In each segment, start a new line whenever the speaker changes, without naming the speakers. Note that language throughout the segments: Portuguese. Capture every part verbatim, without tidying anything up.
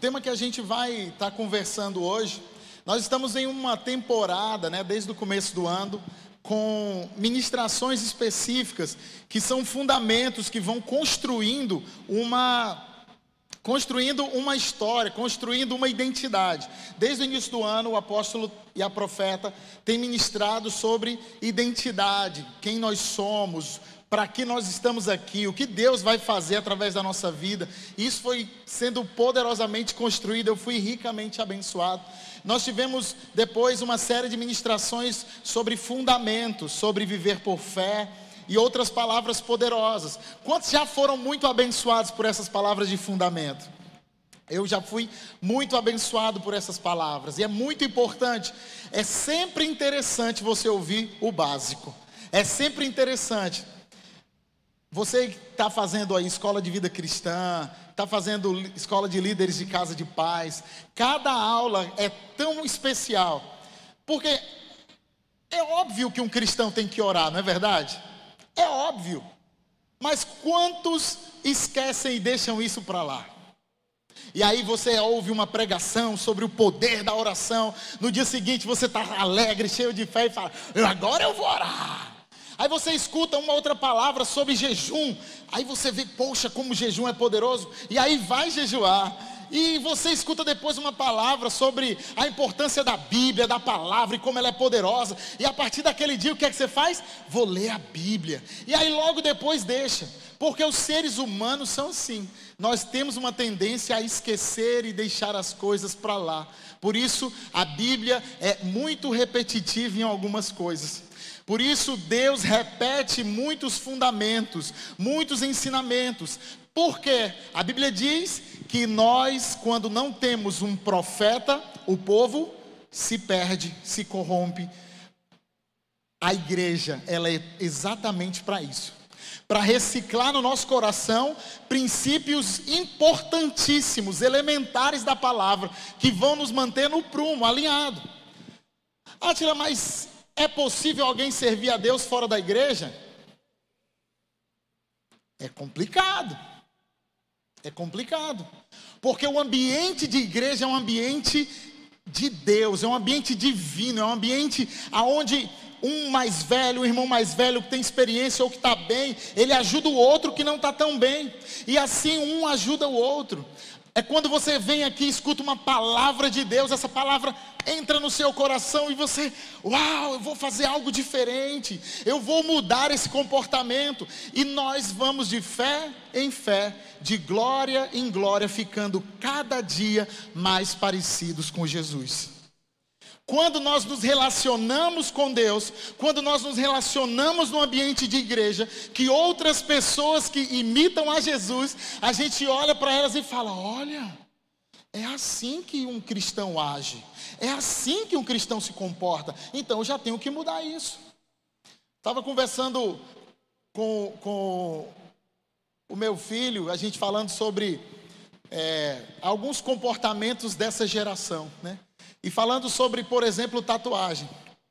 tema que a gente vai estar conversando hoje, nós estamos em uma temporada, né, desde o começo do ano, com ministrações específicas, que são fundamentos que vão construindo uma, construindo uma história, construindo uma identidade. Desde o início do ano, o apóstolo e a profeta têm ministrado sobre identidade, quem nós somos, para que nós estamos aqui, o que Deus vai fazer através da nossa vida. Isso foi sendo poderosamente construído, eu fui ricamente abençoado. Nós tivemos depois uma série de ministrações sobre fundamentos, sobre viver por fé e outras palavras poderosas. Quantos já foram muito abençoados por essas palavras de fundamento? Eu já fui muito abençoado por essas palavras, e é muito importante, é sempre interessante você ouvir o básico, é sempre interessante. Você que está fazendo aí escola de vida cristã, está fazendo escola de líderes de casa de paz, cada aula é tão especial, porque é óbvio que um cristão tem que orar, não é verdade? É óbvio, mas quantos esquecem e deixam isso para lá? E aí você ouve uma pregação sobre o poder da oração, no dia seguinte você está alegre, cheio de fé e fala, agora eu vou orar. Aí você escuta uma outra palavra sobre jejum, aí você vê, poxa, como o jejum é poderoso, e aí vai jejuar. E você escuta depois uma palavra sobre a importância da Bíblia, da palavra e como ela é poderosa. E a partir daquele dia o que é que você faz? Vou ler a Bíblia. E aí logo depois deixa, porque os seres humanos são assim. Nós temos uma tendência a esquecer e deixar as coisas para lá. Por isso a Bíblia é muito repetitiva em algumas coisas. Por isso Deus repete muitos fundamentos, muitos ensinamentos. Por quê? A Bíblia diz que nós, quando não temos um profeta, o povo se perde, se corrompe. A igreja, ela é exatamente para isso. Para reciclar no nosso coração princípios importantíssimos, elementares da palavra, que vão nos manter no prumo, alinhado. Átila, mas é possível alguém servir a Deus fora da igreja? É complicado. É complicado. Porque o ambiente de igreja é um ambiente de Deus, é um ambiente divino, é um ambiente onde um mais velho, um irmão mais velho que tem experiência ou que está bem, ele ajuda o outro que não está tão bem. E assim um ajuda o outro. É quando você vem aqui e escuta uma palavra de Deus, essa palavra entra no seu coração e você, uau, eu vou fazer algo diferente, eu vou mudar esse comportamento. E nós vamos de fé em fé, de glória em glória, ficando cada dia mais parecidos com Jesus. Quando nós nos relacionamos com Deus, quando nós nos relacionamos no ambiente de igreja, que outras pessoas que imitam a Jesus, a gente olha para elas e fala, olha, é assim que um cristão age, é assim que um cristão se comporta, então eu já tenho que mudar isso. Estava conversando com, com o meu filho, a gente falando sobre é, alguns comportamentos dessa geração, né? E falando sobre, por exemplo, tatuagem.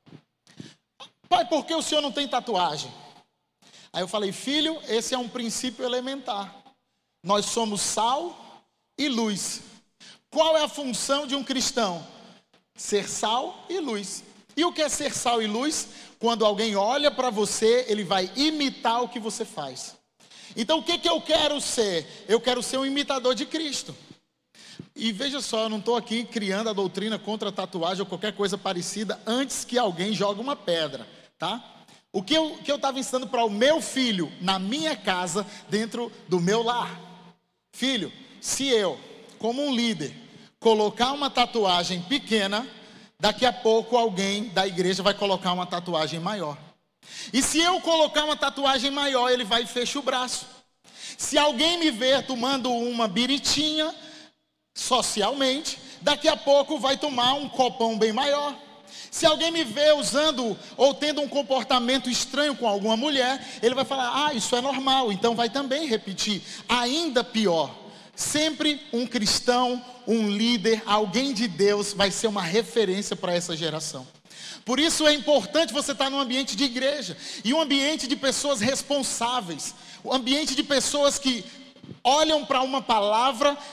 Pai, por que o senhor não tem tatuagem? Aí eu falei, filho, esse é um princípio elementar. Nós somos sal e luz. Qual é a função de um cristão? Ser sal e luz. E o que é ser sal e luz? Quando alguém olha para você, ele vai imitar o que você faz. Então o que, que eu quero ser? Eu quero ser um imitador de Cristo. E veja só, eu não estou aqui criando a doutrina contra a tatuagem ou qualquer coisa parecida antes que alguém jogue uma pedra, tá? O que eu que eu estava ensinando para o meu filho, na minha casa, dentro do meu lar. Filho, se eu, como um líder, colocar uma tatuagem pequena, daqui a pouco alguém da igreja vai colocar uma tatuagem maior. E se eu colocar uma tatuagem maior, ele vai e fecha o braço. Se alguém me ver tomando uma biritinha, socialmente, daqui a pouco vai tomar um copão bem maior. Se alguém me vê usando ou tendo um comportamento estranho com alguma mulher, ele vai falar, ah, isso é normal, então vai também repetir. Ainda pior, sempre um cristão, um líder, alguém de Deus vai ser uma referência para essa geração. Por isso é importante você estar num ambiente de igreja, e um ambiente de pessoas responsáveis, um ambiente de pessoas que olham para uma palavra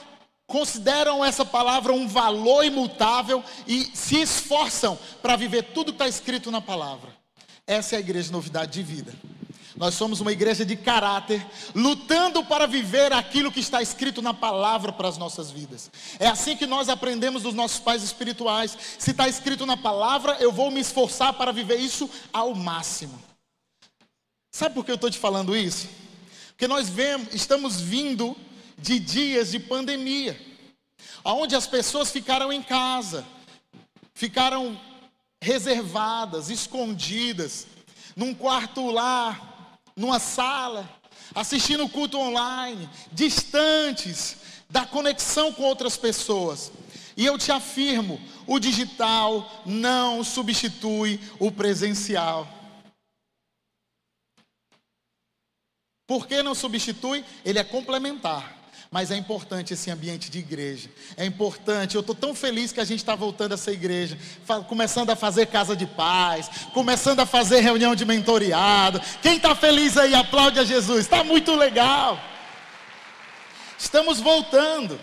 consideram essa palavra um valor imutável e se esforçam para viver tudo que está escrito na palavra. Essa é a igreja Novidade de Vida. Nós somos uma igreja de caráter, lutando para viver aquilo que está escrito na palavra para as nossas vidas. É assim que nós aprendemos dos nossos pais espirituais. Se está escrito na palavra, eu vou me esforçar para viver isso ao máximo. Sabe por que eu estou te falando isso? Porque nós vemos, estamos vindo de dias de pandemia, onde as pessoas ficaram em casa, ficaram reservadas, escondidas, num quarto lá, numa sala, assistindo o culto online, distantes da conexão com outras pessoas. E eu te afirmo, o digital não substitui o presencial. Por que não substitui? Ele é complementar. Mas é importante esse ambiente de igreja. É importante, eu estou tão feliz que a gente está voltando a essa igreja. Começando a fazer casa de paz. Começando a fazer reunião de mentoriado. Quem está feliz aí, aplaude a Jesus. Está muito legal. Estamos voltando.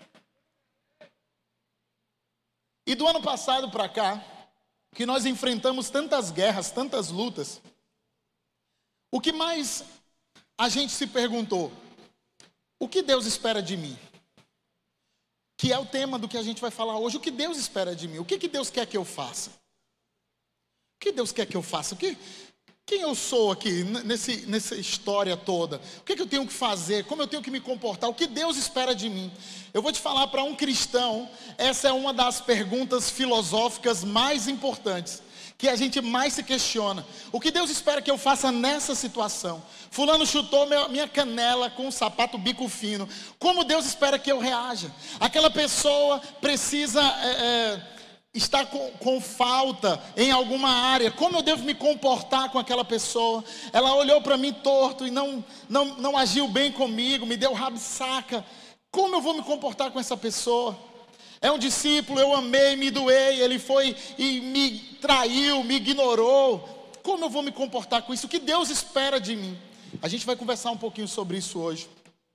E do ano passado para cá, que nós enfrentamos tantas guerras, tantas lutas. O que mais a gente se perguntou? O que Deus espera de mim? Que é o tema do que a gente vai falar hoje. O que Deus espera de mim? O que, que Deus quer que eu faça? O que Deus quer que eu faça? O que, quem eu sou aqui nesse, nessa história toda? O que, que eu tenho que fazer? Como eu tenho que me comportar? O que Deus espera de mim? Eu vou te falar, para um cristão, essa é uma das perguntas filosóficas mais importantes, que a gente mais se questiona. O que Deus espera que eu faça nessa situação? Fulano chutou minha, minha canela com um sapato bico fino. Como Deus espera que eu reaja? Aquela pessoa precisa é, é, estar com, com falta em alguma área. Como eu devo me comportar com aquela pessoa? Ela olhou para mim torto e não, não, não agiu bem comigo, me deu rabo-saca. Como eu vou me comportar com essa pessoa? É um discípulo, eu amei, me doei, ele foi e me traiu, me ignorou. Como eu vou me comportar com isso? O que Deus espera de mim? A gente vai conversar um pouquinho sobre isso hoje.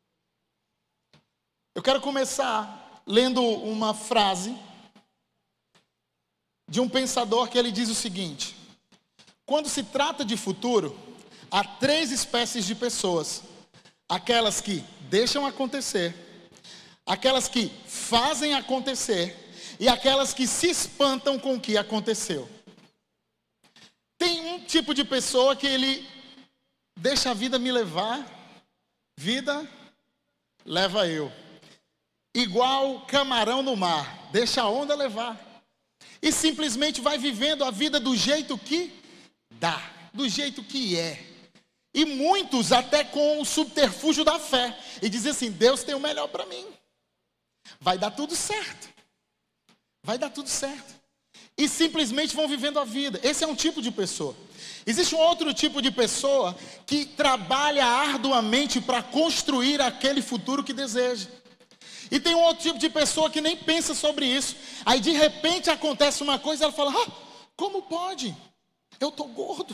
Eu quero começar lendo uma frase de um pensador que ele diz o seguinte: quando se trata de futuro, há três espécies de pessoas: aquelas que deixam acontecer, aquelas que fazem acontecer e aquelas que se espantam com o que aconteceu. Tem um tipo de pessoa que ele deixa a vida me levar, vida leva eu. Igual camarão no mar, deixa a onda levar. E simplesmente vai vivendo a vida do jeito que dá, do jeito que é. E muitos até com o subterfúgio da fé. E dizem assim: Deus tem o melhor para mim. Vai dar tudo certo. Vai dar tudo certo. E simplesmente vão vivendo a vida. Esse é um tipo de pessoa. Existe um outro tipo de pessoa que trabalha arduamente para construir aquele futuro que deseja. E tem um outro tipo de pessoa que nem pensa sobre isso. Aí de repente acontece uma coisa e ela fala: ah, como pode? Eu estou gordo.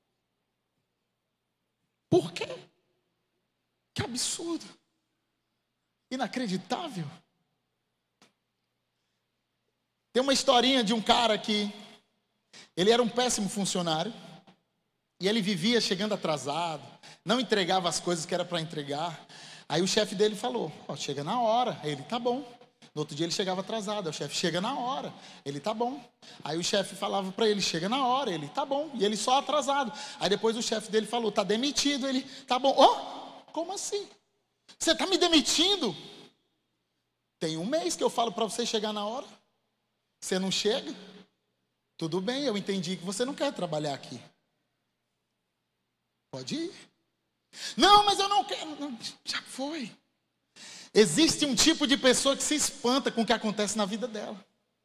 Por quê? Que absurdo. Inacreditável. Tem uma historinha de um cara que ele era um péssimo funcionário e ele vivia chegando atrasado, não entregava as coisas que era para entregar. Aí o chefe dele falou: ó, chega na hora. Aí ele: tá bom. No outro dia ele chegava atrasado. Aí o chefe: chega na hora. Ele: tá bom. Aí o chefe falava para ele: chega na hora. Ele: tá bom. E ele só atrasado. Aí depois o chefe dele falou: tá demitido. Ele: tá bom. Oh, como assim? Você está me demitindo? Tem um mês que eu falo para você chegar na hora. Você não chega? Tudo bem, eu entendi que você não quer trabalhar aqui. Pode ir. Não, mas eu não quero. Não, já foi. Existe um tipo de pessoa que se espanta com o que acontece na vida dela.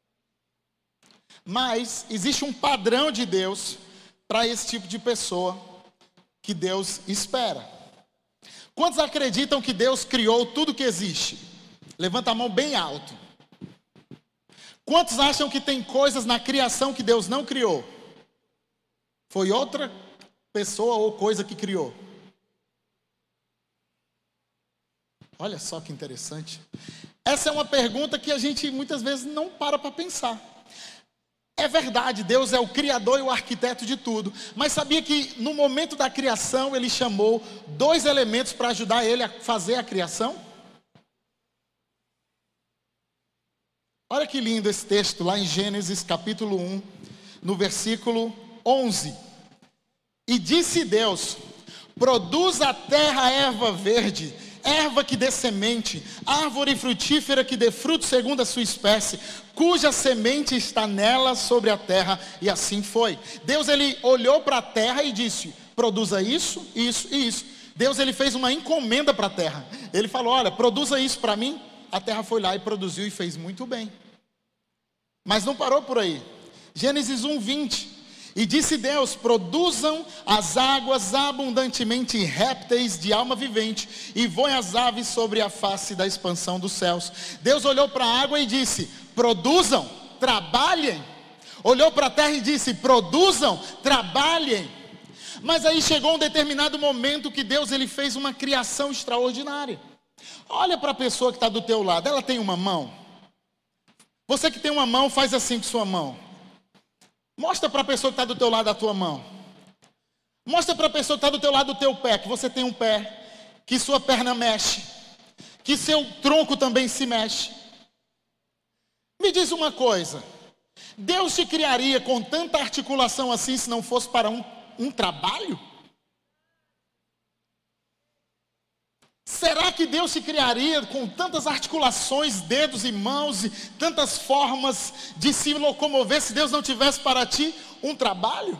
Mas existe um padrão de Deus para esse tipo de pessoa que Deus espera. Quantos acreditam que Deus criou tudo que existe? Levanta a mão bem alto. Quantos acham que tem coisas na criação que Deus não criou? Foi outra pessoa ou coisa que criou? Olha só que interessante. Essa é uma pergunta que a gente muitas vezes não para para pensar. É verdade, Deus é o criador e o arquiteto de tudo. Mas sabia que no momento da criação Ele chamou dois elementos para ajudar Ele a fazer a criação? Olha que lindo esse texto lá em Gênesis capítulo um, no versículo onze. E disse Deus: produza a terra erva verde, erva que dê semente, árvore frutífera que dê fruto segundo a sua espécie, cuja semente está nela sobre a terra. E assim foi. Deus, ele olhou para a terra e disse: produza isso, isso e isso. Deus, ele fez uma encomenda para a terra. Ele falou: olha, produza isso para mim. A terra foi lá e produziu e fez muito bem. Mas não parou por aí. Gênesis um, vinte. E disse Deus: produzam as águas abundantemente répteis de alma vivente, e voem as aves sobre a face da expansão dos céus. Deus olhou para a água e disse: produzam, trabalhem. Olhou para a terra e disse: produzam, trabalhem. Mas aí chegou um determinado momento que Deus, ele fez uma criação extraordinária. Olha para a pessoa que está do teu lado. Ela tem uma mão? Você que tem uma mão, faz assim com sua mão. Mostra para a pessoa que está do teu lado a tua mão. Mostra para a pessoa que está do teu lado o teu pé, que você tem um pé, que sua perna mexe, que seu tronco também se mexe. Me diz uma coisa: Deus te criaria com tanta articulação assim se não fosse para um, um trabalho? Será que Deus se criaria com tantas articulações, dedos e mãos, e tantas formas de se locomover, se Deus não tivesse para ti um trabalho?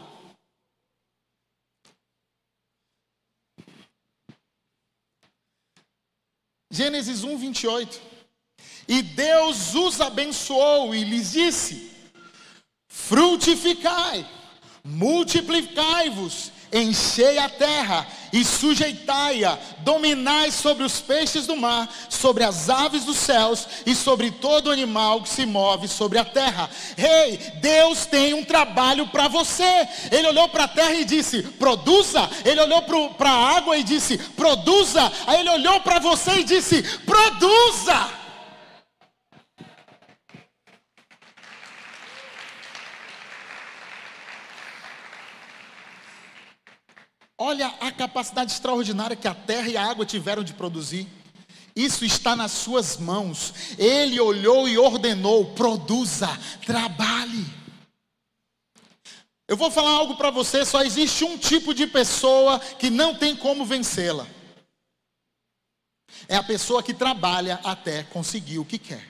Gênesis um, vinte e oito. E Deus os abençoou e lhes disse: frutificai, multiplicai-vos, enchei a terra e sujeitai-a, dominai sobre os peixes do mar, sobre as aves dos céus e sobre todo animal que se move sobre a terra. Ei, Deus tem um trabalho para você. Ele olhou para a terra e disse: produza. Ele olhou para a água e disse: produza. Aí ele olhou para você e disse: produza. Olha a capacidade extraordinária que a terra e a água tiveram de produzir. Isso está nas suas mãos. Ele olhou e ordenou: produza, trabalhe. Eu vou falar algo para você: só existe um tipo de pessoa que não tem como vencê-la. É a pessoa que trabalha até conseguir o que quer.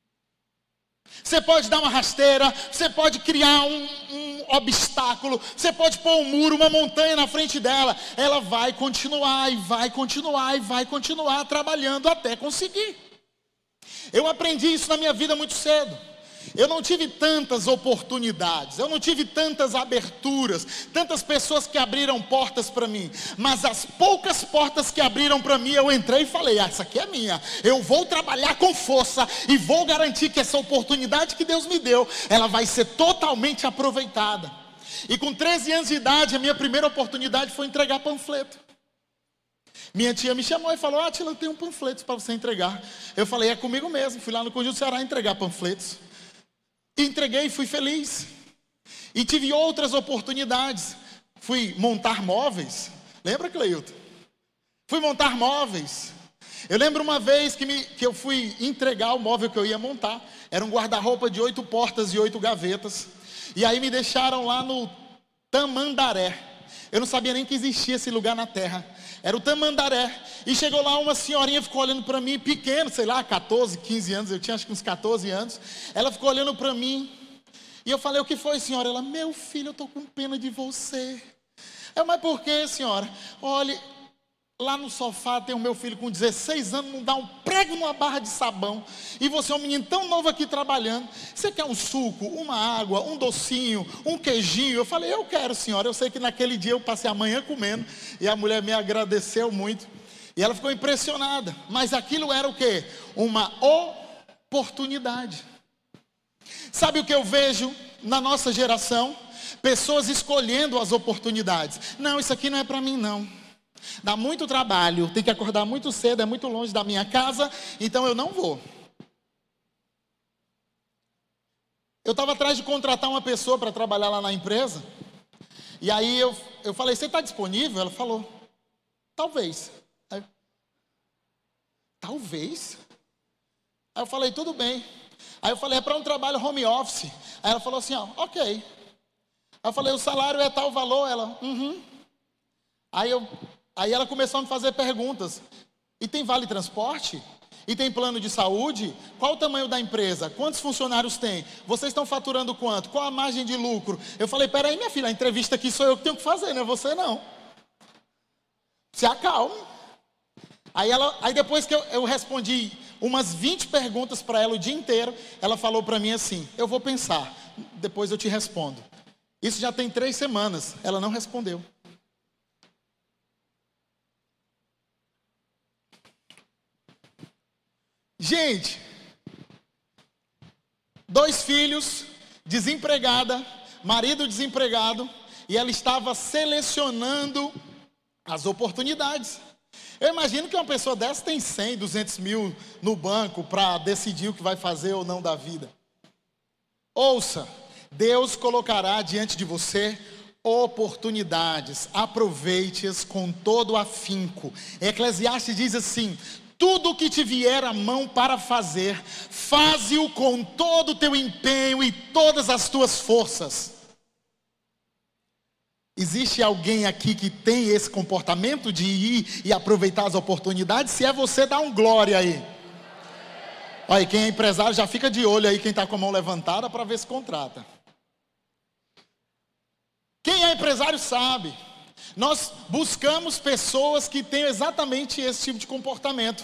Você pode dar uma rasteira, você pode criar um, um obstáculo, você pode pôr um muro, uma montanha na frente dela. Ela vai continuar e vai continuar e vai continuar trabalhando até conseguir. Eu aprendi isso na minha vida muito cedo. Eu não tive tantas oportunidades, eu não tive tantas aberturas, tantas pessoas que abriram portas para mim. Mas as poucas portas que abriram para mim, eu entrei e falei: ah, essa aqui é minha. Eu vou trabalhar com força e vou garantir que essa oportunidade que Deus me deu, ela vai ser totalmente aproveitada. E com treze anos de idade, a minha primeira oportunidade foi entregar panfleto. Minha tia me chamou e falou: ah, Átila, eu tenho um panfleto para você entregar. Eu falei: é comigo mesmo. Fui lá no Conjunto Ceará entregar panfletos. Entreguei e fui feliz. E tive outras oportunidades. Fui montar móveis. Lembra, Cleilton? Fui montar móveis. Eu lembro uma vez que, me, que eu fui entregar o móvel que eu ia montar. Era um guarda-roupa de oito portas e oito gavetas. E aí me deixaram lá no Tamandaré. Eu não sabia nem que existia esse lugar na terra. Era o Tamandaré. E chegou lá uma senhorinha, ficou olhando para mim, pequeno, sei lá, catorze, quinze anos. Eu tinha acho que uns catorze anos. Ela ficou olhando para mim. E eu falei: o que foi, senhora? Ela: meu filho, eu estou com pena de você. Eu: mas por quê, senhora? Olha, lá no sofá tem o meu filho com dezesseis anos, não dá um prego numa barra de sabão. E você é um menino tão novo aqui trabalhando. Você quer um suco, uma água, um docinho, um queijinho? Eu falei: eu quero, senhora. Eu sei que naquele dia eu passei a manhã comendo. E a mulher me agradeceu muito. E ela ficou impressionada. Mas aquilo era o quê? Uma oportunidade. Sabe o que eu vejo na nossa geração? Pessoas escolhendo as oportunidades. Não, isso aqui não é para mim não. Dá muito trabalho, tem que acordar muito cedo, é muito longe da minha casa, então eu não vou. Eu estava atrás de contratar uma pessoa para trabalhar lá na empresa. E aí eu, eu falei, você está disponível? Ela falou, talvez. Aí, talvez? Aí eu falei, tudo bem. Aí eu falei, é para um trabalho home office. Aí ela falou assim, ó, ok. Aí eu falei, o salário é tal valor? Ela, uhum. Aí, eu, aí ela começou a me fazer perguntas. E tem vale transporte? E tem plano de saúde? Qual o tamanho da empresa? Quantos funcionários tem? Vocês estão faturando quanto? Qual a margem de lucro? Eu falei, peraí, minha filha, a entrevista aqui sou eu que tenho que fazer, não é você não. Se acalme. Aí, ela, aí depois que eu, eu respondi umas vinte perguntas para ela o dia inteiro, ela falou para mim assim, eu vou pensar, depois eu te respondo. Isso já tem três semanas, ela não respondeu. Gente, dois filhos, desempregada, marido desempregado, e ela estava selecionando as oportunidades. Eu imagino que uma pessoa dessa tem cem, duzentos mil no banco para decidir o que vai fazer ou não da vida. Ouça, Deus colocará diante de você oportunidades, aproveite-as com todo o afinco. Eclesiastes diz assim, tudo o que te vier à mão para fazer, faze-o com todo o teu empenho e todas as tuas forças. Existe alguém aqui que tem esse comportamento de ir e aproveitar as oportunidades? Se é você, dá um glória aí. Olha, quem é empresário já fica de olho aí, quem está com a mão levantada para ver se contrata. Quem é empresário sabe. Nós buscamos pessoas que tenham exatamente esse tipo de comportamento.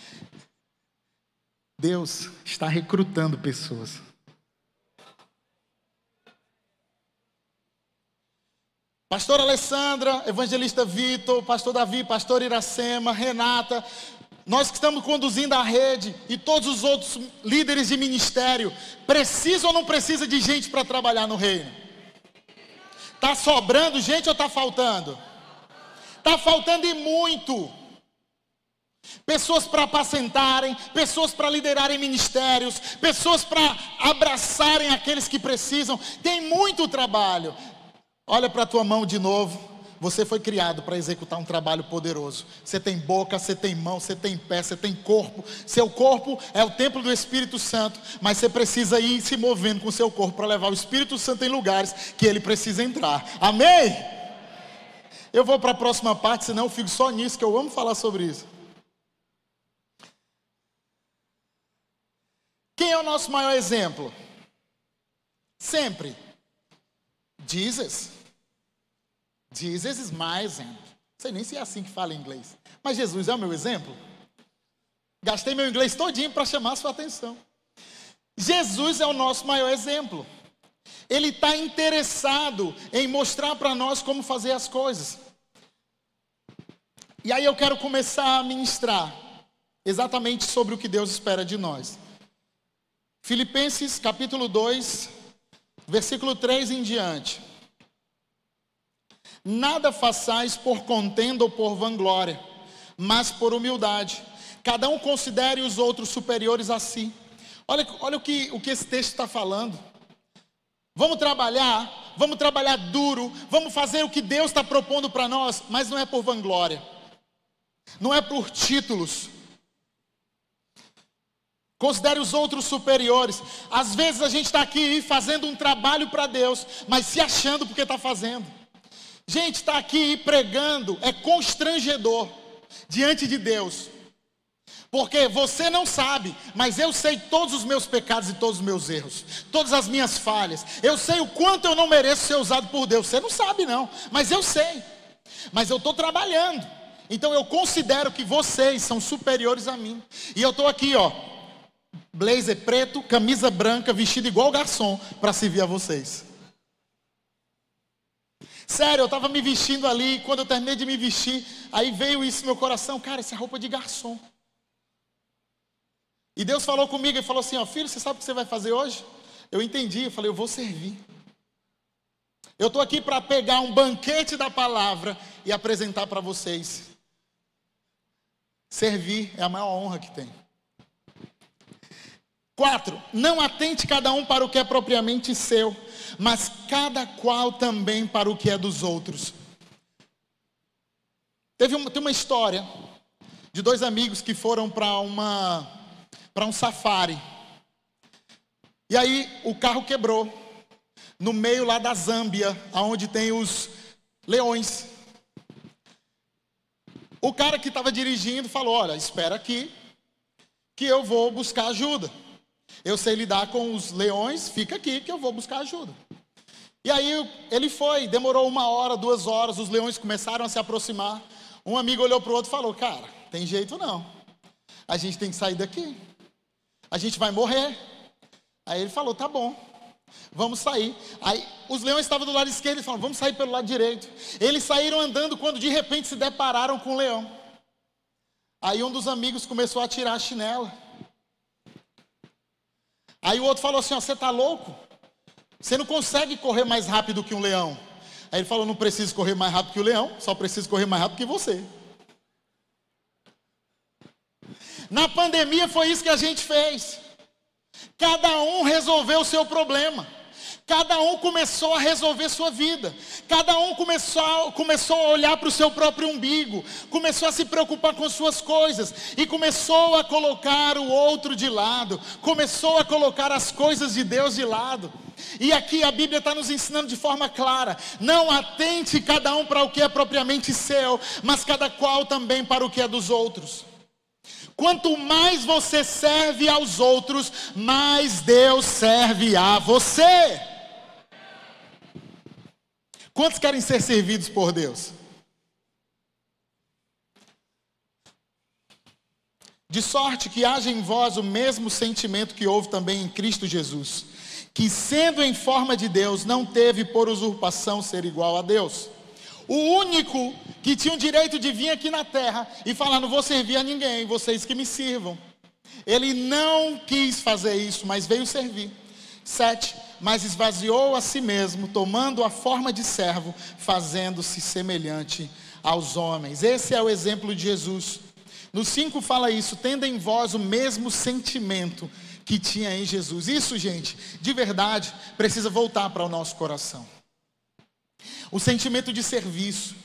Deus está recrutando pessoas. Pastor Alessandra, evangelista Vitor, pastor Davi, pastor Iracema, Renata, nós que estamos conduzindo a rede e todos os outros líderes de ministério, precisa ou não precisa de gente para trabalhar no reino? Está sobrando gente ou está faltando? Está faltando e muito. Pessoas para apacentarem, pessoas para liderarem ministérios, pessoas para abraçarem aqueles que precisam. Tem muito trabalho. Olha para a tua mão de novo. Você foi criado para executar um trabalho poderoso. Você tem boca, você tem mão, você tem pé, você tem corpo. Seu corpo é o templo do Espírito Santo, mas você precisa ir se movendo com o seu corpo para levar o Espírito Santo em lugares que ele precisa entrar. Amém? Eu vou para a próxima parte, senão eu fico só nisso, que eu amo falar sobre isso. Quem é o nosso maior exemplo? Sempre. Jesus. Jesus is my example. Não sei nem se é assim que fala em inglês. Mas Jesus é o meu exemplo. Gastei meu inglês todinho para chamar a sua atenção. Jesus é o nosso maior exemplo. Ele está interessado em mostrar para nós como fazer as coisas. E aí eu quero começar a ministrar exatamente sobre o que Deus espera de nós. Filipenses capítulo dois, versículo três em diante. Nada façais por contenda ou por vanglória, mas por humildade. Cada um considere os outros superiores a si. Olha, olha o, que, o que esse texto está falando. Vamos trabalhar, vamos trabalhar duro, vamos fazer o que Deus está propondo para nós, mas não é por vanglória, não é por títulos. Considere os outros superiores. Às vezes a gente está aqui fazendo um trabalho para Deus, mas se achando porque está fazendo. Gente, está aqui pregando é constrangedor diante de Deus. Porque você não sabe, mas eu sei todos os meus pecados e todos os meus erros, todas as minhas falhas. Eu sei o quanto eu não mereço ser usado por Deus. Você não sabe não, mas eu sei. Mas eu estou trabalhando. Então eu considero que vocês são superiores a mim. E eu estou aqui, ó, blazer preto, camisa branca, vestido igual garçom, para servir a vocês. Sério, eu estava me vestindo ali, quando eu terminei de me vestir, aí veio isso no meu coração, cara, essa é roupa de garçom. E Deus falou comigo e falou assim, ó, filho, você sabe o que você vai fazer hoje? Eu entendi, eu falei, eu vou servir. Eu estou aqui para pegar um banquete da palavra e apresentar para vocês. Servir é a maior honra que tem. Quatro, não atente cada um para o que é propriamente seu, mas cada qual também para o que é dos outros. Teve uma, tem uma história de dois amigos que foram para uma para um safari. E aí o carro quebrou no meio lá da Zâmbia, onde tem os leões. O cara que estava dirigindo falou: olha, espera aqui, que eu vou buscar ajuda. Eu sei lidar com os leões, fica aqui que eu vou buscar ajuda. E aí ele foi, demorou uma hora, duas horas, os leões começaram a se aproximar. Um amigo olhou para o outro e falou: cara, tem jeito não, a gente tem que sair daqui, a gente vai morrer. Aí ele falou: tá bom, vamos sair. Aí os leões estavam do lado esquerdo e falaram: vamos sair pelo lado direito. Eles saíram andando quando de repente se depararam com o leão. Aí um dos amigos começou a tirar a chinela. Aí o outro falou assim: ó, você está louco? Você não consegue correr mais rápido que um leão. Aí ele falou: não preciso correr mais rápido que o leão, só preciso correr mais rápido que você. Na pandemia foi isso que a gente fez. Cada um resolveu o seu problema. Cada um começou a resolver sua vida. Cada um começou, começou a olhar para o seu próprio umbigo. Começou a se preocupar com suas coisas. E começou a colocar o outro de lado. Começou a colocar as coisas de Deus de lado. E aqui a Bíblia está nos ensinando de forma clara: não atente cada um para o que é propriamente seu, mas cada qual também para o que é dos outros. Quanto mais você serve aos outros, mais Deus serve a você. Quantos querem ser servidos por Deus? De sorte que haja em vós o mesmo sentimento que houve também em Cristo Jesus, que sendo em forma de Deus, não teve por usurpação ser igual a Deus. O único que tinha o direito de vir aqui na terra e falar: não vou servir a ninguém, vocês que me sirvam. Ele não quis fazer isso, mas veio servir. Sete, mas esvaziou a si mesmo, tomando a forma de servo, fazendo-se semelhante aos homens. Esse é o exemplo de Jesus. No cinco fala isso: tendo em vós o mesmo sentimento que tinha em Jesus. Isso, gente, de verdade, precisa voltar para o nosso coração. O sentimento de serviço.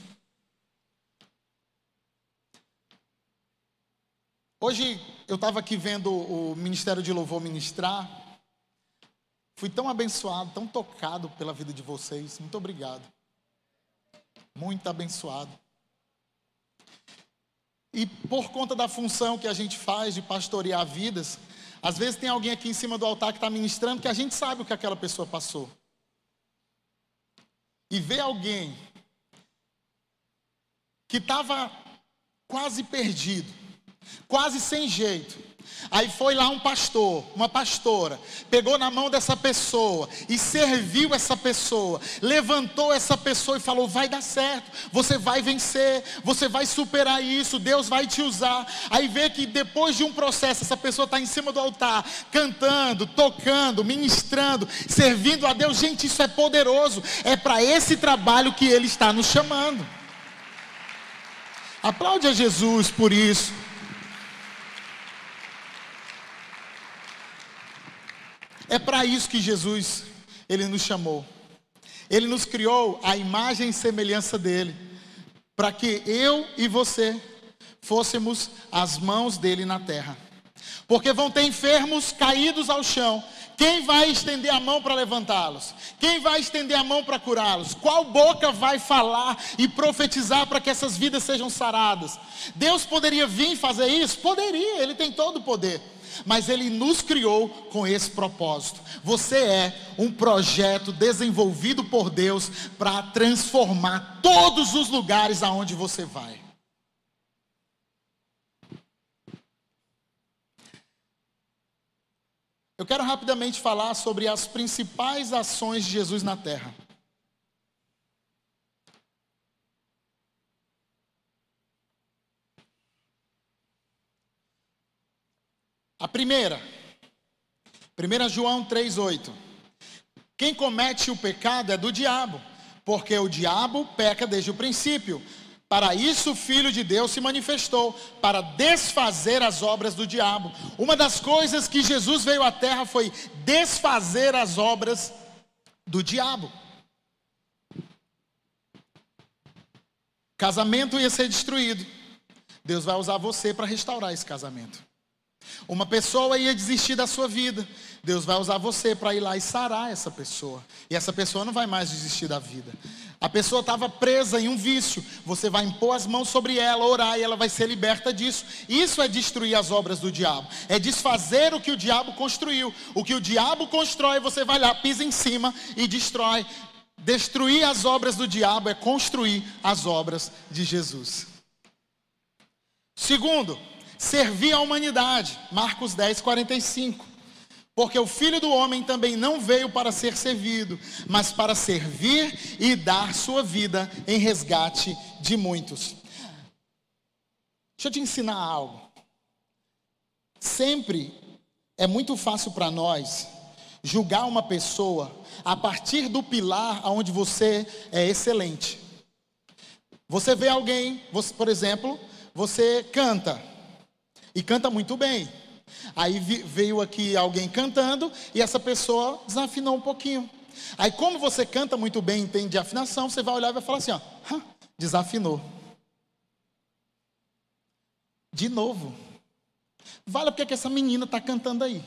Hoje eu estava aqui vendo o Ministério de Louvor ministrar. Fui tão abençoado, tão tocado pela vida de vocês. Muito obrigado. Muito abençoado. E por conta da função que a gente faz de pastorear vidas, às vezes tem alguém aqui em cima do altar que está ministrando que a gente sabe o que aquela pessoa passou. E ver alguém que estava quase perdido, quase sem jeito. Aí foi lá um pastor, uma pastora, pegou na mão dessa pessoa e serviu essa pessoa, levantou essa pessoa e falou: vai dar certo, você vai vencer, você vai superar isso, Deus vai te usar. Aí vê que depois de um processo, essa pessoa está em cima do altar, cantando, tocando, ministrando, servindo a Deus. Gente, isso é poderoso, é para esse trabalho que Ele está nos chamando. Aplaude a Jesus por isso. É para isso que Jesus, Ele nos chamou. Ele nos criou à imagem e semelhança dEle, para que eu e você fôssemos as mãos dEle na terra. Porque vão ter enfermos caídos ao chão. Quem vai estender a mão para levantá-los? Quem vai estender a mão para curá-los? Qual boca vai falar e profetizar para que essas vidas sejam saradas? Deus poderia vir fazer isso? Poderia, Ele tem todo o poder. Mas Ele nos criou com esse propósito. Você é um projeto desenvolvido por Deus para transformar todos os lugares aonde você vai. Eu quero rapidamente falar sobre as principais ações de Jesus na terra. A primeira, primeiro João três, oito. Quem comete o pecado é do diabo, porque o diabo peca desde o princípio. Para isso o Filho de Deus se manifestou, para desfazer as obras do diabo. Uma das coisas que Jesus veio à terra foi desfazer as obras do diabo. Casamento ia ser destruído. Deus vai usar você para restaurar esse casamento. Uma pessoa ia desistir da sua vida. Deus vai usar você para ir lá e sarar essa pessoa. E essa pessoa não vai mais desistir da vida. A pessoa estava presa em um vício. Você vai impor as mãos sobre ela, orar, e ela vai ser liberta disso. Isso é destruir as obras do diabo. É desfazer o que o diabo construiu. O que o diabo constrói, você vai lá, pisa em cima e destrói. Destruir as obras do diabo é construir as obras de Jesus. Segundo, servir a humanidade. Marcos dez, quarenta e cinco. Porque o Filho do Homem também não veio para ser servido, mas para servir e dar sua vida em resgate de muitos. Deixa eu te ensinar algo. Sempre é muito fácil para nós julgar uma pessoa a partir do pilar onde você é excelente. Você vê alguém, você, por exemplo, você canta, e canta muito bem. Aí veio aqui alguém cantando e essa pessoa desafinou um pouquinho. Aí como você canta muito bem, entende de afinação, você vai olhar e vai falar assim, ó, desafinou. De novo. Vale porque que essa menina está cantando aí.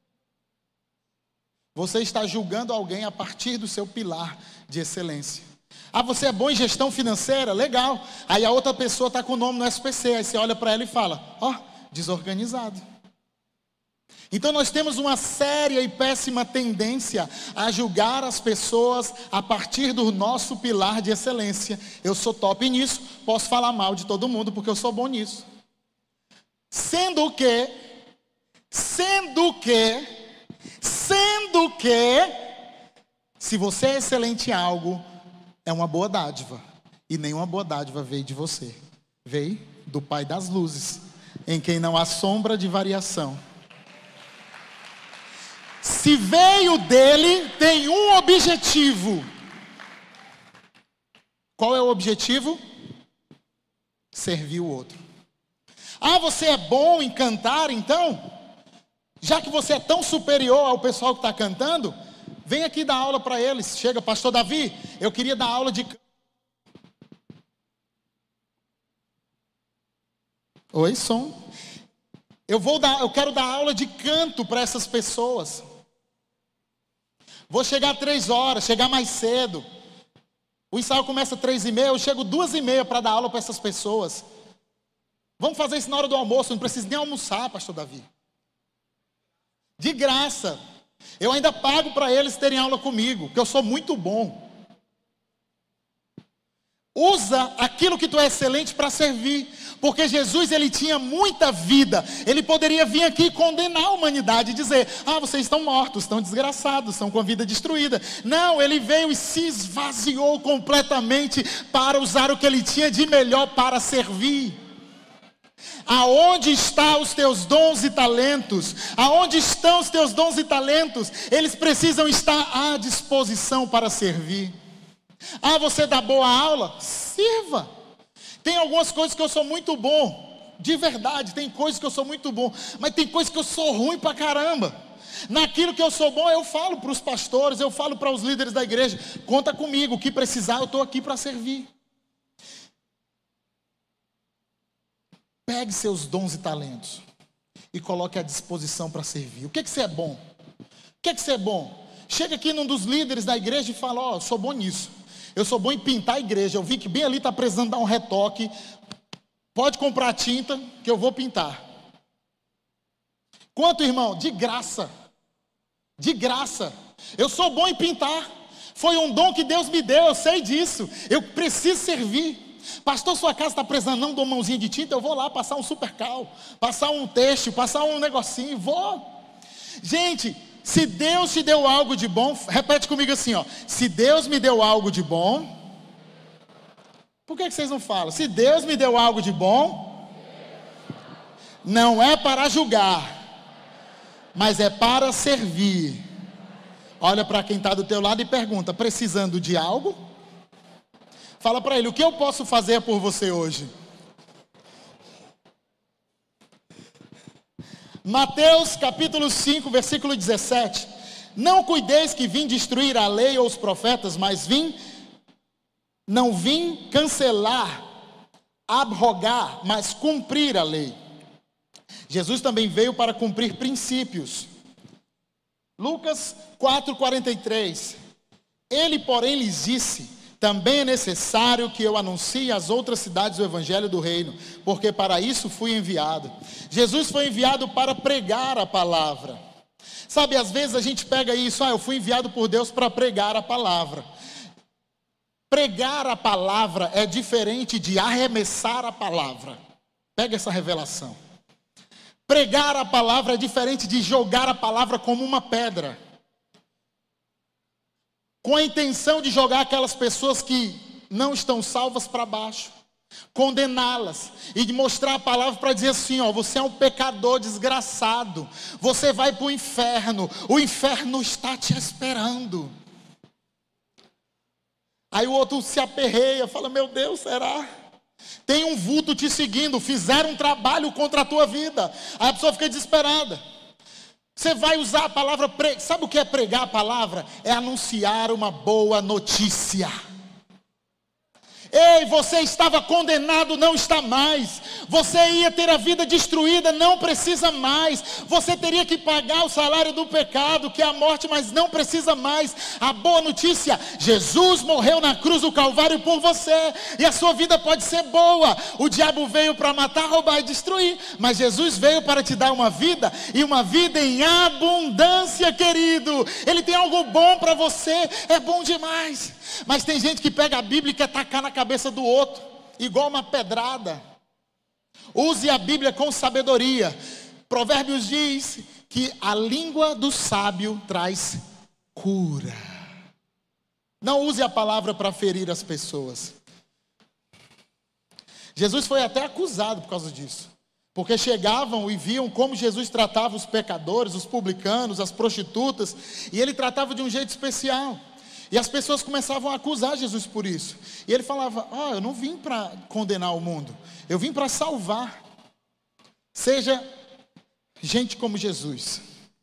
Você está julgando alguém a partir do seu pilar de excelência. Ah, você é bom em gestão financeira? Legal. Aí a outra pessoa está com o nome no S P C. Aí você olha para ela e fala, ó, desorganizado. Então nós temos uma séria e péssima tendência a julgar as pessoas a partir do nosso pilar de excelência. Eu sou top nisso, posso falar mal de todo mundo porque eu sou bom nisso. Sendo que, sendo que, sendo que, se você é excelente em algo, é uma boa dádiva. E nenhuma boa dádiva veio de você. Veio do Pai das luzes, em quem não há sombra de variação. Se veio dele, tem um objetivo. Qual é o objetivo? Servir o outro. Ah, você é bom em cantar, então? Já que você é tão superior ao pessoal que está cantando, vem aqui dar aula para eles. Chega, pastor Davi, eu queria dar aula de canto. Oi, som. Eu vou dar, eu quero dar aula de canto para essas pessoas. Vou chegar três horas, chegar mais cedo. O ensaio começa três e meia, eu chego duas e meia para dar aula para essas pessoas. Vamos fazer isso na hora do almoço, não preciso nem almoçar, pastor Davi. De graça. Eu ainda pago para eles terem aula comigo, porque eu sou muito bom. Usa aquilo que tu é excelente para servir. Porque Jesus, ele tinha muita vida. Ele poderia vir aqui condenar a humanidade e dizer, ah, vocês estão mortos, estão desgraçados, estão com a vida destruída. Não, ele veio e se esvaziou completamente para usar o que ele tinha de melhor para servir. Aonde estão os teus dons e talentos? Aonde estão os teus dons e talentos? Eles precisam estar à disposição para servir. Ah, você dá boa aula? Sirva. Tem algumas coisas que eu sou muito bom, de verdade, tem coisas que eu sou muito bom, mas tem coisas que eu sou ruim pra caramba. Naquilo que eu sou bom, eu falo para os pastores, eu falo para os líderes da igreja, conta comigo, o que precisar, eu estou aqui para servir. Pegue seus dons e talentos e coloque à disposição para servir. O que que você é bom? O que que você é bom? Chega aqui num dos líderes da igreja e fala, ó, oh, eu sou bom nisso. Eu sou bom em pintar a igreja. Eu vi que bem ali está precisando dar um retoque. Pode comprar tinta que eu vou pintar. Quanto, irmão? De graça. De graça. Eu sou bom em pintar. Foi um dom que Deus me deu, eu sei disso. Eu preciso servir. Pastor, sua casa está precisando não de uma mãozinha de tinta? Eu vou lá passar um supercal, passar um texto, passar um negocinho. Vou. Gente, se Deus te deu algo de bom, repete comigo assim, ó. Se Deus me deu algo de bom, por que que vocês não falam? Se Deus me deu algo de bom, não é para julgar, mas é para servir. Olha para quem está do teu lado e pergunta, precisando de algo? Fala para ele: o que eu posso fazer por você hoje? Mateus capítulo cinco, versículo dezessete. Não cuideis que vim destruir a lei ou os profetas, mas vim, não vim cancelar, abrogar, mas cumprir a lei. Jesus também veio para cumprir princípios. Lucas quatro, quarenta e três. Ele, porém, lhes disse: também é necessário que eu anuncie às outras cidades o evangelho do reino, porque para isso fui enviado. Jesus foi enviado para pregar a palavra. Sabe, às vezes a gente pega isso: ah, eu fui enviado por Deus para pregar a palavra. Pregar a palavra é diferente de arremessar a palavra. Pega essa revelação. Pregar a palavra é diferente de jogar a palavra como uma pedra, com a intenção de jogar aquelas pessoas que não estão salvas para baixo, condená-las e de mostrar a palavra para dizer assim: ó, você é um pecador desgraçado, você vai para o inferno, o inferno está te esperando. Aí o outro se aperreia, fala: meu Deus, será? Tem um vulto te seguindo, fizeram um trabalho contra a tua vida. Aí a pessoa fica desesperada. Você vai usar a palavra, pre... sabe o que é pregar a palavra? É anunciar uma boa notícia. Ei, você estava condenado, não está mais. Você ia ter a vida destruída, não precisa mais. Você teria que pagar o salário do pecado, que é a morte, mas não precisa mais. A boa notícia: Jesus morreu na cruz do Calvário por você, e a sua vida pode ser boa. O diabo veio para matar, roubar e destruir, mas Jesus veio para te dar uma vida, e uma vida em abundância, querido. Ele tem algo bom para você, é bom demais. Mas tem gente que pega a Bíblia e quer tacar na cabeça do outro, igual uma pedrada. Use a Bíblia com sabedoria. Provérbios diz que a língua do sábio traz cura. Não use a palavra para ferir as pessoas. Jesus foi até acusado por causa disso, porque chegavam e viam como Jesus tratava os pecadores, os publicanos, as prostitutas, e ele tratava de um jeito especial. E as pessoas começavam a acusar Jesus por isso. E ele falava: ó, oh, eu não vim para condenar o mundo, eu vim para salvar. Seja gente como Jesus.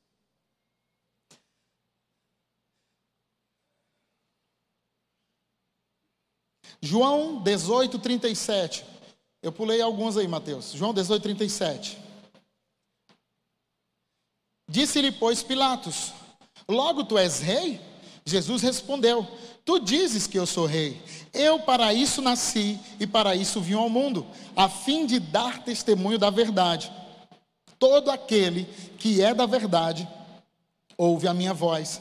João dezoito, trinta e sete. Eu pulei alguns aí, Mateus. João dezoito, trinta e sete. Disse-lhe, pois, Pilatos: logo tu és rei? Jesus respondeu: tu dizes que eu sou rei. Eu para isso nasci e para isso vim ao mundo, a fim de dar testemunho da verdade. Todo aquele que é da verdade ouve a minha voz.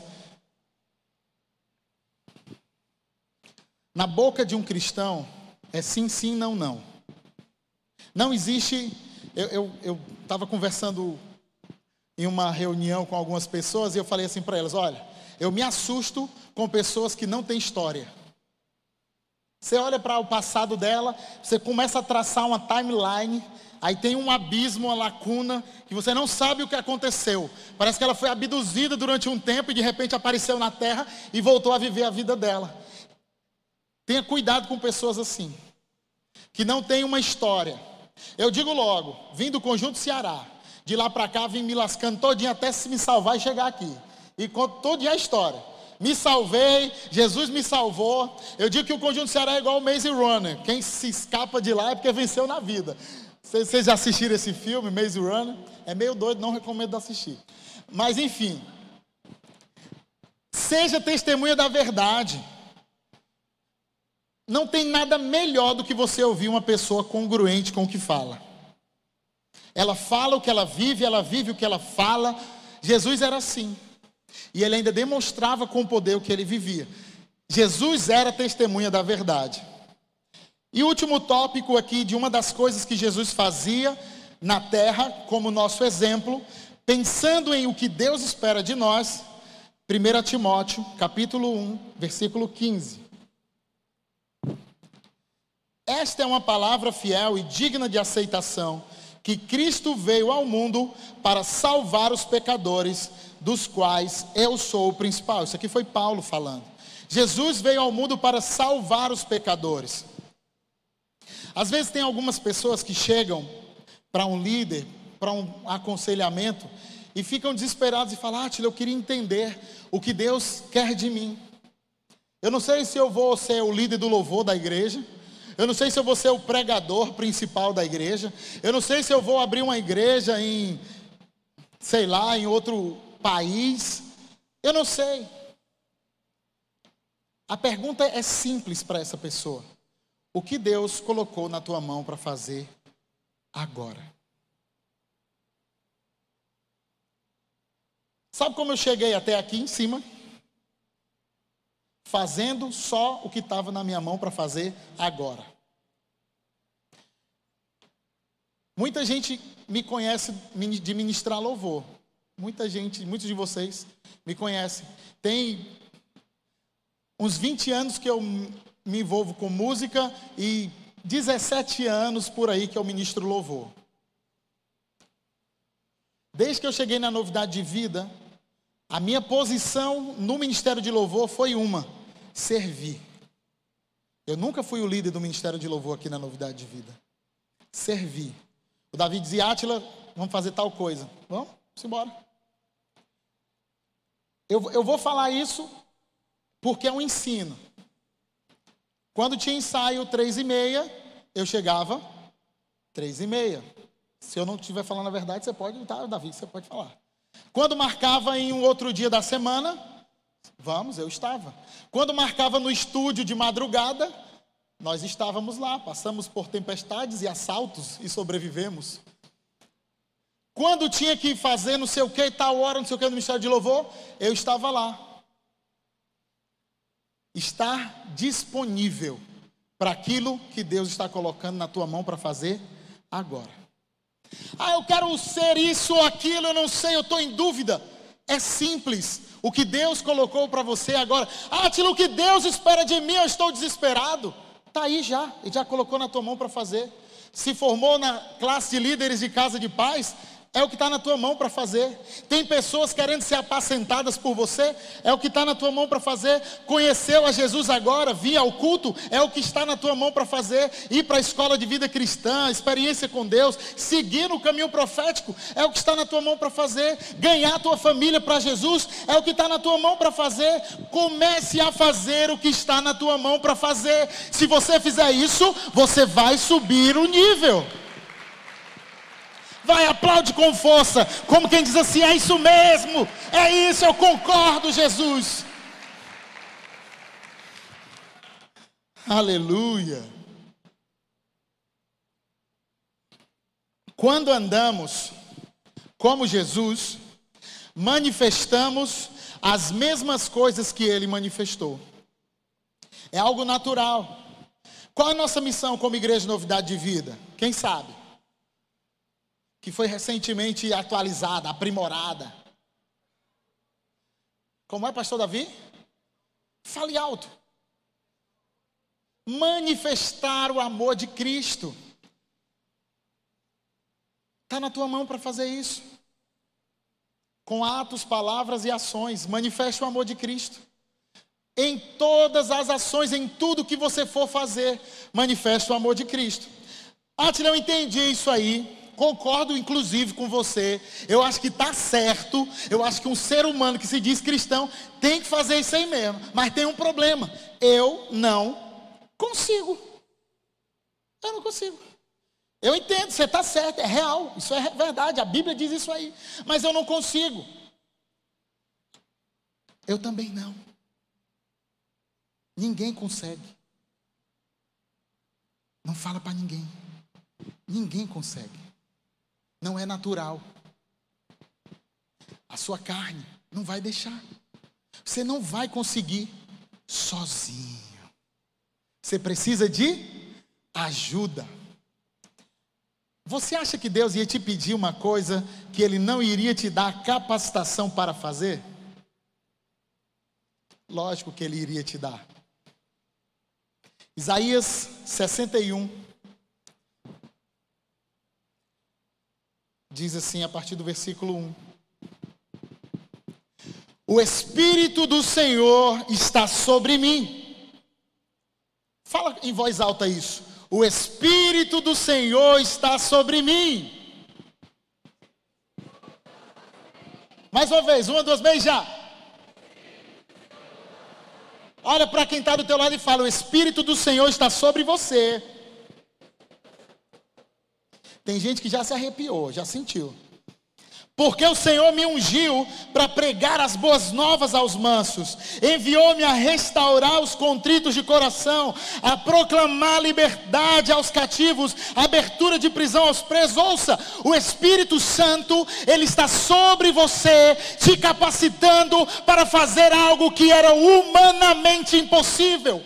Na boca de um cristão é sim, sim, não, não. Não existe. Eu estava conversando em uma reunião com algumas pessoas e eu falei assim para elas: olha, eu me assusto com pessoas que não têm história. Você olha para o passado dela, você começa a traçar uma timeline, aí tem um abismo, uma lacuna, que você não sabe o que aconteceu. Parece que ela foi abduzida durante um tempo e de repente apareceu na terra e voltou a viver a vida dela. Tenha cuidado com pessoas assim, que não têm uma história. Eu digo logo, vim do Conjunto Ceará, de lá para cá vim me lascando todinho até se me salvar e chegar aqui. E conto todo dia a história. Me salvei, Jesus me salvou. Eu digo que o Conjunto Ceará é igual o Maze Runner. Quem se escapa de lá é porque venceu na vida. Vocês já assistiram esse filme, Maze Runner? É meio doido, não recomendo assistir. Mas enfim. Seja testemunha da verdade. Não tem nada melhor do que você ouvir uma pessoa congruente com o que fala. Ela fala o que ela vive, ela vive o que ela fala. Jesus era assim. E ele ainda demonstrava com poder o que ele vivia. Jesus era testemunha da verdade. E o último tópico aqui de uma das coisas que Jesus fazia na terra, como nosso exemplo, pensando em o que Deus espera de nós, primeiro Timóteo, capítulo um, versículo quinze. Esta é uma palavra fiel e digna de aceitação, que Cristo veio ao mundo para salvar os pecadores, dos quais eu sou o principal. Isso aqui foi Paulo falando. Jesus veio ao mundo para salvar os pecadores. Às vezes tem algumas pessoas que chegam para um líder, para um aconselhamento, e ficam desesperados e falam: Átila, eu queria entender o que Deus quer de mim. Eu não sei se eu vou ser o líder do louvor da igreja. Eu não sei se eu vou ser o pregador principal da igreja. Eu não sei se eu vou abrir uma igreja em, sei lá, em outro país. Eu não sei. A pergunta é simples para essa pessoa: o que Deus colocou na tua mão para fazer agora? Sabe como eu cheguei até aqui em cima? Fazendo só o que estava na minha mão para fazer agora. Muita gente me conhece de ministrar louvor. Muita gente, muitos de vocês me conhecem. Tem uns vinte anos que eu me envolvo com música e dezessete anos por aí que eu ministro louvor. Desde que eu cheguei na Novidade de Vida, a minha posição no Ministério de Louvor foi uma: servir. Eu nunca fui o líder do Ministério de Louvor aqui na Novidade de Vida. Servir. O Davi dizia: Átila, vamos fazer tal coisa. Vamos, vamos embora. Eu, eu vou falar isso porque é um ensino. Quando tinha ensaio três e meia, eu chegava três e meia. Se eu não estiver falando a verdade, você pode, tá, Davi, você pode falar. Quando marcava em um outro dia da semana, vamos, eu estava. Quando marcava no estúdio de madrugada, nós estávamos lá. Passamos por tempestades e assaltos e sobrevivemos. Quando tinha que fazer não sei o que, tal hora, não sei o que, no Ministério de Louvor, eu estava lá. Estar disponível para aquilo que Deus está colocando na tua mão para fazer agora. Ah, eu quero ser isso ou aquilo, eu não sei, eu estou em dúvida. É simples. O que Deus colocou para você agora. Ah, Átila, o que Deus espera de mim, eu estou desesperado. Está aí já, Ele já colocou na tua mão para fazer. Se formou na classe de líderes de casa de paz, é o que está na tua mão para fazer. Tem pessoas querendo ser apacentadas por você, é o que está na tua mão para fazer. Conheceu a Jesus agora, vir ao culto, é o que está na tua mão para fazer. Ir para a escola de vida cristã, experiência com Deus, seguir no caminho profético, é o que está na tua mão para fazer. Ganhar a tua família para Jesus, é o que está na tua mão para fazer. Comece a fazer o que está na tua mão para fazer. Se você fizer isso, você vai subir o nível. Vai, aplaude com força, como quem diz assim: é isso mesmo, é isso, eu concordo, Jesus. Aleluia. Quando andamos como Jesus, manifestamos as mesmas coisas que Ele manifestou. É algo natural. Qual é a nossa missão como Igreja Novidade de Vida? Quem sabe? Que foi recentemente atualizada, aprimorada. Como é, pastor Davi? Fale alto. Manifestar o amor de Cristo. Está na tua mão para fazer isso. Com atos, palavras e ações. Manifeste o amor de Cristo. Em todas as ações, em tudo que você for fazer, manifeste o amor de Cristo. Átila, eu entendi isso aí. Concordo inclusive com você. Eu acho que está certo. Eu acho que um ser humano que se diz cristão tem que fazer isso aí mesmo. Mas tem um problema: eu não consigo. Eu não consigo. Eu entendo, você está certo, é real, isso é verdade, a Bíblia diz isso aí. Mas eu não consigo. Eu também não. Ninguém consegue. Não fala para ninguém. Ninguém consegue. Não é natural. A sua carne não vai deixar. Você não vai conseguir sozinho. Você precisa de ajuda. Você acha que Deus ia te pedir uma coisa que Ele não iria te dar capacitação para fazer? Lógico que Ele iria te dar. Isaías sessenta e um diz assim, a partir do versículo um: O Espírito do Senhor está sobre mim. Fala em voz alta isso. O Espírito do Senhor está sobre mim. Mais uma vez, uma, duas vezes já. Olha para quem está do teu lado e fala: o Espírito do Senhor está sobre você. Tem gente que já se arrepiou, já sentiu. Porque o Senhor me ungiu para pregar as boas novas aos mansos. Enviou-me a restaurar os contritos de coração, a proclamar liberdade aos cativos, abertura de prisão aos presos. Ouça, o Espírito Santo, Ele está sobre você, te capacitando para fazer algo que era humanamente impossível.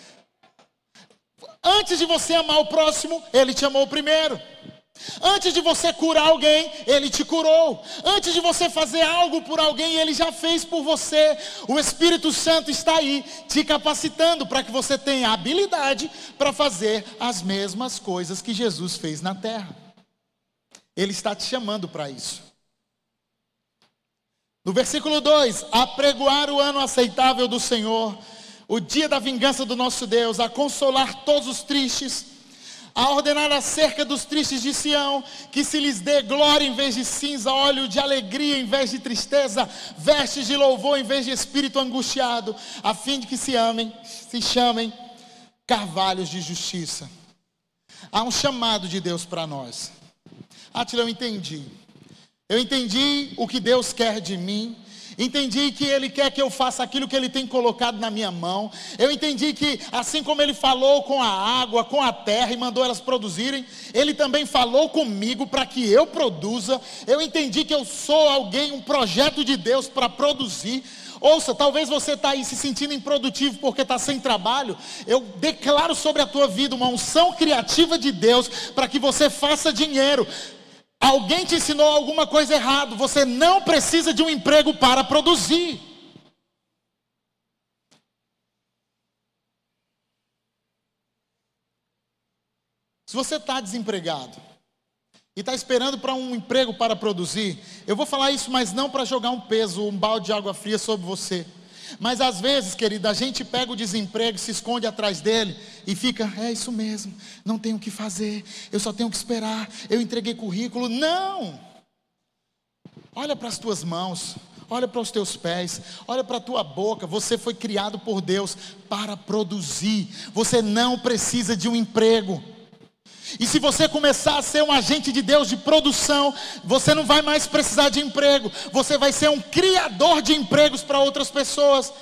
Antes de você amar o próximo, Ele te amou primeiro. Antes de você curar alguém, Ele te curou. Antes de você fazer algo por alguém, Ele já fez por você. O Espírito Santo está aí, te capacitando para que você tenha habilidade para fazer as mesmas coisas que Jesus fez na terra. Ele está te chamando para isso. No versículo dois, apregoar o ano aceitável do Senhor, o dia da vingança do nosso Deus, a consolar todos os tristes, a ordenar acerca dos tristes de Sião, que se lhes dê glória em vez de cinza, óleo de alegria em vez de tristeza, vestes de louvor em vez de espírito angustiado, a fim de que se amem, se chamem carvalhos de justiça. Há um chamado de Deus para nós. Átila, eu entendi. Eu entendi o que Deus quer de mim. Entendi que Ele quer que eu faça aquilo que Ele tem colocado na minha mão. Eu entendi que assim como Ele falou com a água, com a terra e mandou elas produzirem, Ele também falou comigo para que eu produza. Eu entendi que eu sou alguém, um projeto de Deus para produzir. Ouça, talvez você está aí se sentindo improdutivo porque está sem trabalho. Eu declaro sobre a tua vida uma unção criativa de Deus para que você faça dinheiro. Alguém te ensinou alguma coisa errada. Você não precisa de um emprego para produzir. Se você está desempregado e está esperando para um emprego para produzir, eu vou falar isso, mas não para jogar um peso, um balde de água fria sobre você. Mas às vezes, querida, a gente pega o desemprego, se esconde atrás dele e fica, é isso mesmo, não tenho o que fazer, eu só tenho que esperar, eu entreguei currículo. Não! Olha para as tuas mãos, olha para os teus pés, olha para a tua boca. Você foi criado por Deus para produzir. Você não precisa de um emprego. E se você começar a ser um agente de Deus de produção, você não vai mais precisar de emprego. Você vai ser um criador de empregos para outras pessoas.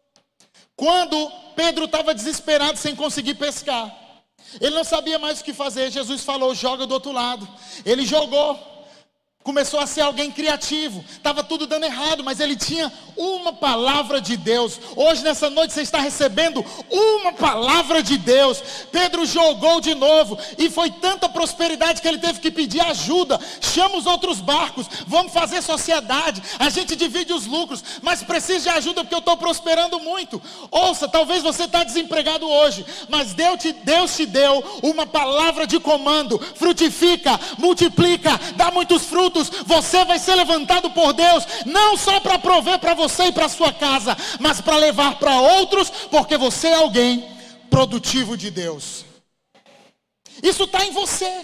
Quando Pedro estava desesperado sem conseguir pescar, ele não sabia mais o que fazer. Jesus falou, joga do outro lado. Ele jogou. Começou a ser alguém criativo. Estava tudo dando errado, mas ele tinha uma palavra de Deus. Hoje nessa noite você está recebendo uma palavra de Deus. Pedro jogou de novo e foi tanta prosperidade que ele teve que pedir ajuda. Chama os outros barcos, vamos fazer sociedade, a gente divide os lucros, mas preciso de ajuda porque eu estou prosperando muito. Ouça, talvez você está desempregado hoje, mas Deus te, Deus te deu uma palavra de comando. Frutifica, multiplica, dá muitos frutos. Você vai ser levantado por Deus, não só para prover para você e para sua casa, mas para levar para outros, porque você é alguém produtivo de Deus. Isso está em você.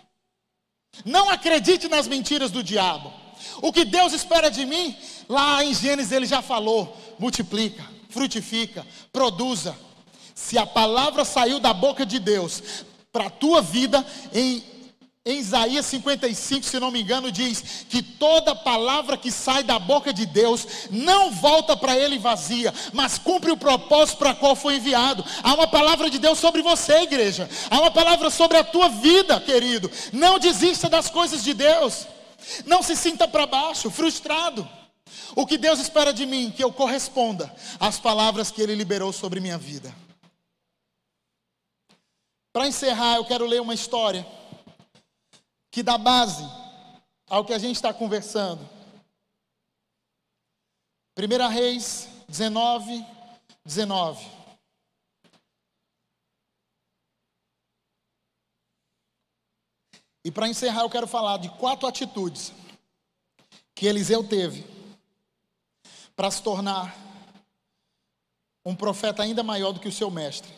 Não acredite nas mentiras do diabo. O que Deus espera de mim, lá em Gênesis ele já falou, multiplica, frutifica, produza. Se a palavra saiu da boca de Deus para a tua vida, em Em Isaías cinquenta e cinco, se não me engano, diz que toda palavra que sai da boca de Deus não volta para ele vazia, mas cumpre o propósito para qual foi enviado. Há uma palavra de Deus sobre você, igreja. Há uma palavra sobre a tua vida, querido. Não desista das coisas de Deus. Não se sinta para baixo, frustrado. O que Deus espera de mim? Que eu corresponda às palavras que Ele liberou sobre minha vida. Para encerrar, eu quero ler uma história que dá base ao que a gente está conversando. primeira Reis dezenove, dezenove. E para encerrar eu quero falar de quatro atitudes que Eliseu teve para se tornar um profeta ainda maior do que o seu mestre.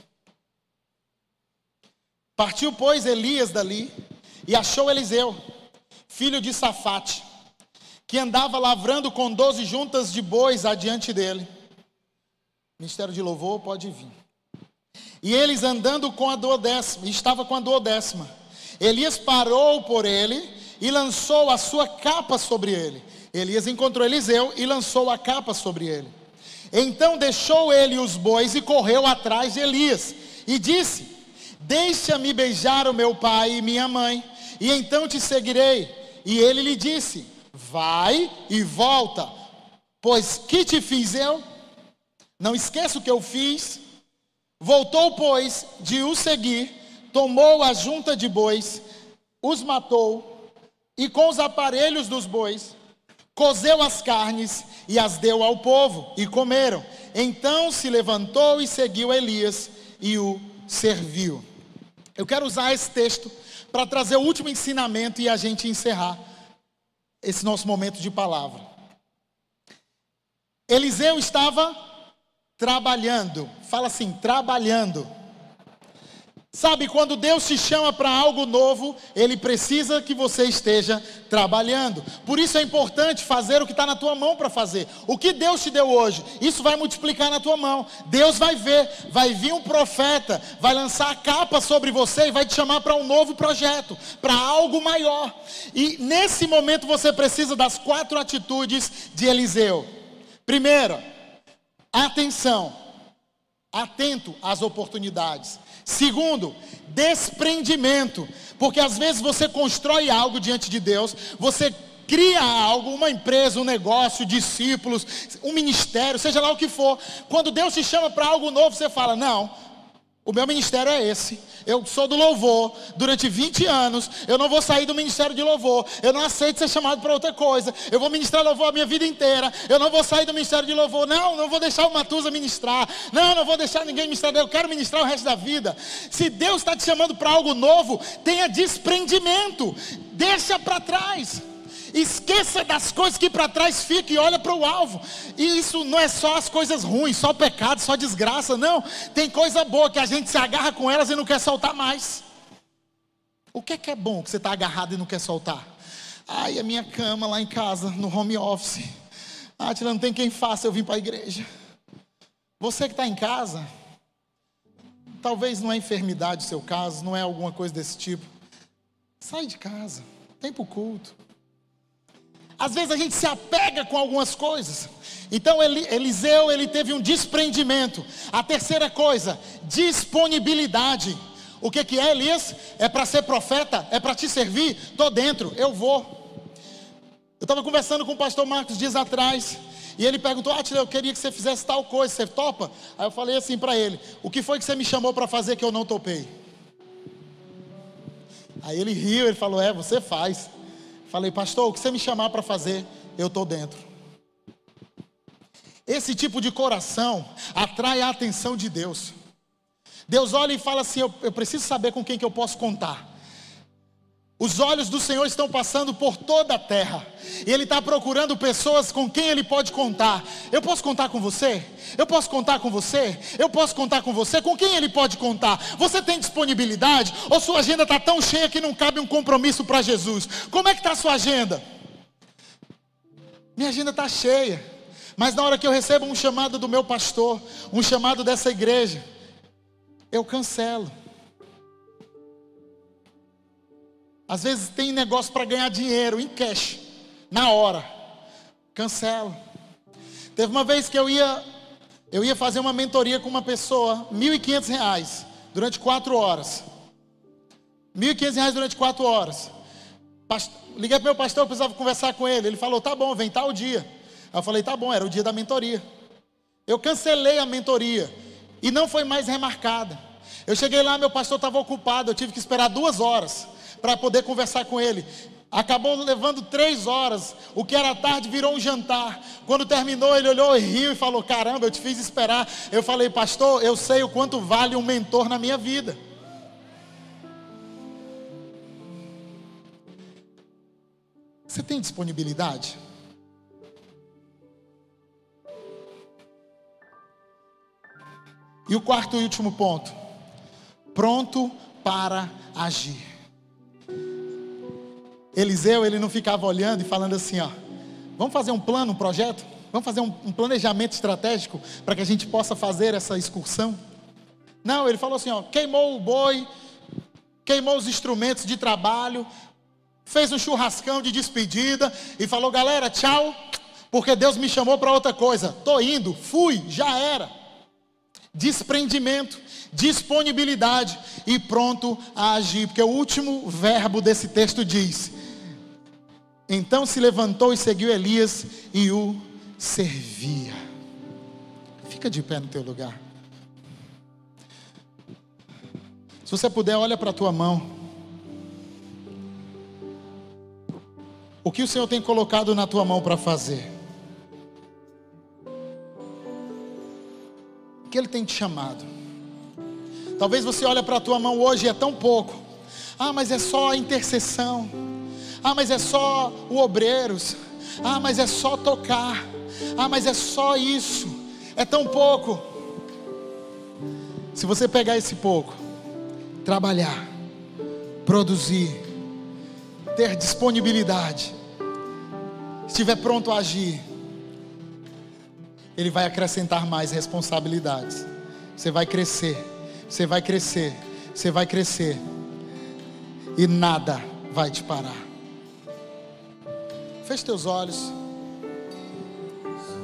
Partiu, pois, Elias dali e achou Eliseu, filho de Safate, que andava lavrando com doze juntas de bois adiante dele. Ministério de louvor, pode vir. E eles andando com a duodécima, estava com a duodécima. Elias parou por ele e lançou a sua capa sobre ele. Elias encontrou Eliseu e lançou a capa sobre ele. Então deixou ele os bois e correu atrás de Elias e disse: deixa-me beijar o meu pai e minha mãe, e então te seguirei. E ele lhe disse: vai e volta, pois que te fiz eu? Não esqueça o que eu fiz. Voltou, pois, de o seguir, tomou a junta de bois, os matou, e com os aparelhos dos bois, cozeu as carnes e as deu ao povo, e comeram. Então se levantou e seguiu Elias e o serviu. Eu quero usar esse texto para trazer o último ensinamento e a gente encerrar esse nosso momento de palavra. Eliseu estava trabalhando. Fala assim, trabalhando. Sabe, quando Deus te chama para algo novo, Ele precisa que você esteja trabalhando. Por isso é importante fazer o que está na tua mão para fazer. O que Deus te deu hoje, isso vai multiplicar na tua mão. Deus vai ver, vai vir um profeta, vai lançar a capa sobre você e vai te chamar para um novo projeto, para algo maior. E nesse momento você precisa das quatro atitudes de Eliseu. Primeiro, atenção, atento às oportunidades. Segundo, desprendimento, porque às vezes você constrói algo diante de Deus, você cria algo, uma empresa, um negócio, discípulos, um ministério, seja lá o que for. Quando Deus te chama para algo novo, você fala: não, o meu ministério é esse, eu sou do louvor, durante vinte anos, eu não vou sair do ministério de louvor, eu não aceito ser chamado para outra coisa, eu vou ministrar louvor a minha vida inteira, eu não vou sair do ministério de louvor, não, não vou deixar o Matusa ministrar, não, não vou deixar ninguém ministrar, eu quero ministrar o resto da vida. Se Deus está te chamando para algo novo, tenha desprendimento, deixa para trás. Esqueça das coisas que para trás ficam e olha para o alvo. E isso não é só as coisas ruins, só pecado, só desgraça, não. Tem coisa boa que a gente se agarra com elas e não quer soltar mais. O que é que é bom que você está agarrado e não quer soltar? Ai, a minha cama lá em casa, no home office. Ah, Tila, não tem quem faça, eu vim para a igreja. Você que está em casa, talvez não é enfermidade o seu caso, não é alguma coisa desse tipo. Sai de casa, vem para o culto. Às vezes a gente se apega com algumas coisas. Então Eliseu, ele teve um desprendimento. A terceira coisa, disponibilidade. O que que é, Elias? É para ser profeta? É para te servir? Estou dentro, eu vou. Eu estava conversando com o pastor Marcos dias atrás, e ele perguntou: ah, eu queria que você fizesse tal coisa, você topa? Aí eu falei assim para ele: o que foi que você me chamou para fazer que eu não topei? Aí ele riu, ele falou: é, você faz. Falei: pastor, o que você me chamar para fazer, eu estou dentro. Esse tipo de coração atrai a atenção de Deus. Deus olha e fala assim: eu, eu preciso saber com quem que eu posso contar. Os olhos do Senhor estão passando por toda a terra, e Ele está procurando pessoas com quem Ele pode contar. Eu posso contar com você? Eu posso contar com você? Eu posso contar com você? Com quem Ele pode contar? Você tem disponibilidade? Ou sua agenda está tão cheia que não cabe um compromisso para Jesus? Como é que está a sua agenda? Minha agenda está cheia, mas na hora que eu recebo um chamado do meu pastor, um chamado dessa igreja, eu cancelo. Às vezes tem negócio para ganhar dinheiro em cash, na hora, cancelo. Teve uma vez que eu ia, eu ia fazer uma mentoria com uma pessoa, mil e quinhentos reais, durante quatro horas. mil e quinhentos reais durante quatro horas. Past... Liguei para o meu pastor, eu precisava conversar com ele. Ele falou: tá bom, vem tal dia. Aí eu falei: tá bom, era o dia da mentoria. Eu cancelei a mentoria e não foi mais remarcada. Eu cheguei lá, meu pastor estava ocupado, eu tive que esperar duas horas para poder conversar com ele. Acabou levando três horas. O que era tarde virou um jantar. Quando terminou, ele olhou e riu e falou: caramba, eu te fiz esperar. Eu falei: pastor, eu sei o quanto vale um mentor na minha vida. Você tem disponibilidade? E o quarto e último ponto: pronto para agir. Eliseu, ele não ficava olhando e falando assim, ó, vamos fazer um plano, um projeto? Vamos fazer um, um planejamento estratégico para que a gente possa fazer essa excursão? Não, ele falou assim, ó, queimou o boi, queimou os instrumentos de trabalho, fez um churrascão de despedida e falou, galera, tchau, porque Deus me chamou para outra coisa. Tô indo, fui, já era. Desprendimento, disponibilidade e pronto a agir. Porque o último verbo desse texto diz: então se levantou e seguiu Elias e o servia. Fica de pé no teu lugar. Se você puder, olha para a tua mão. O que o Senhor tem colocado na tua mão para fazer? O que Ele tem te chamado? Talvez você olhe para a tua mão hoje e é tão pouco. Ah, mas é só a intercessão. Ah, mas é só o obreiros. Ah, mas é só tocar. Ah, mas é só isso. É tão pouco. Se você pegar esse pouco, trabalhar, produzir, ter disponibilidade, estiver pronto a agir, Ele vai acrescentar mais responsabilidades. Você vai crescer, você vai crescer, você vai crescer. E nada vai te parar. Feche teus olhos.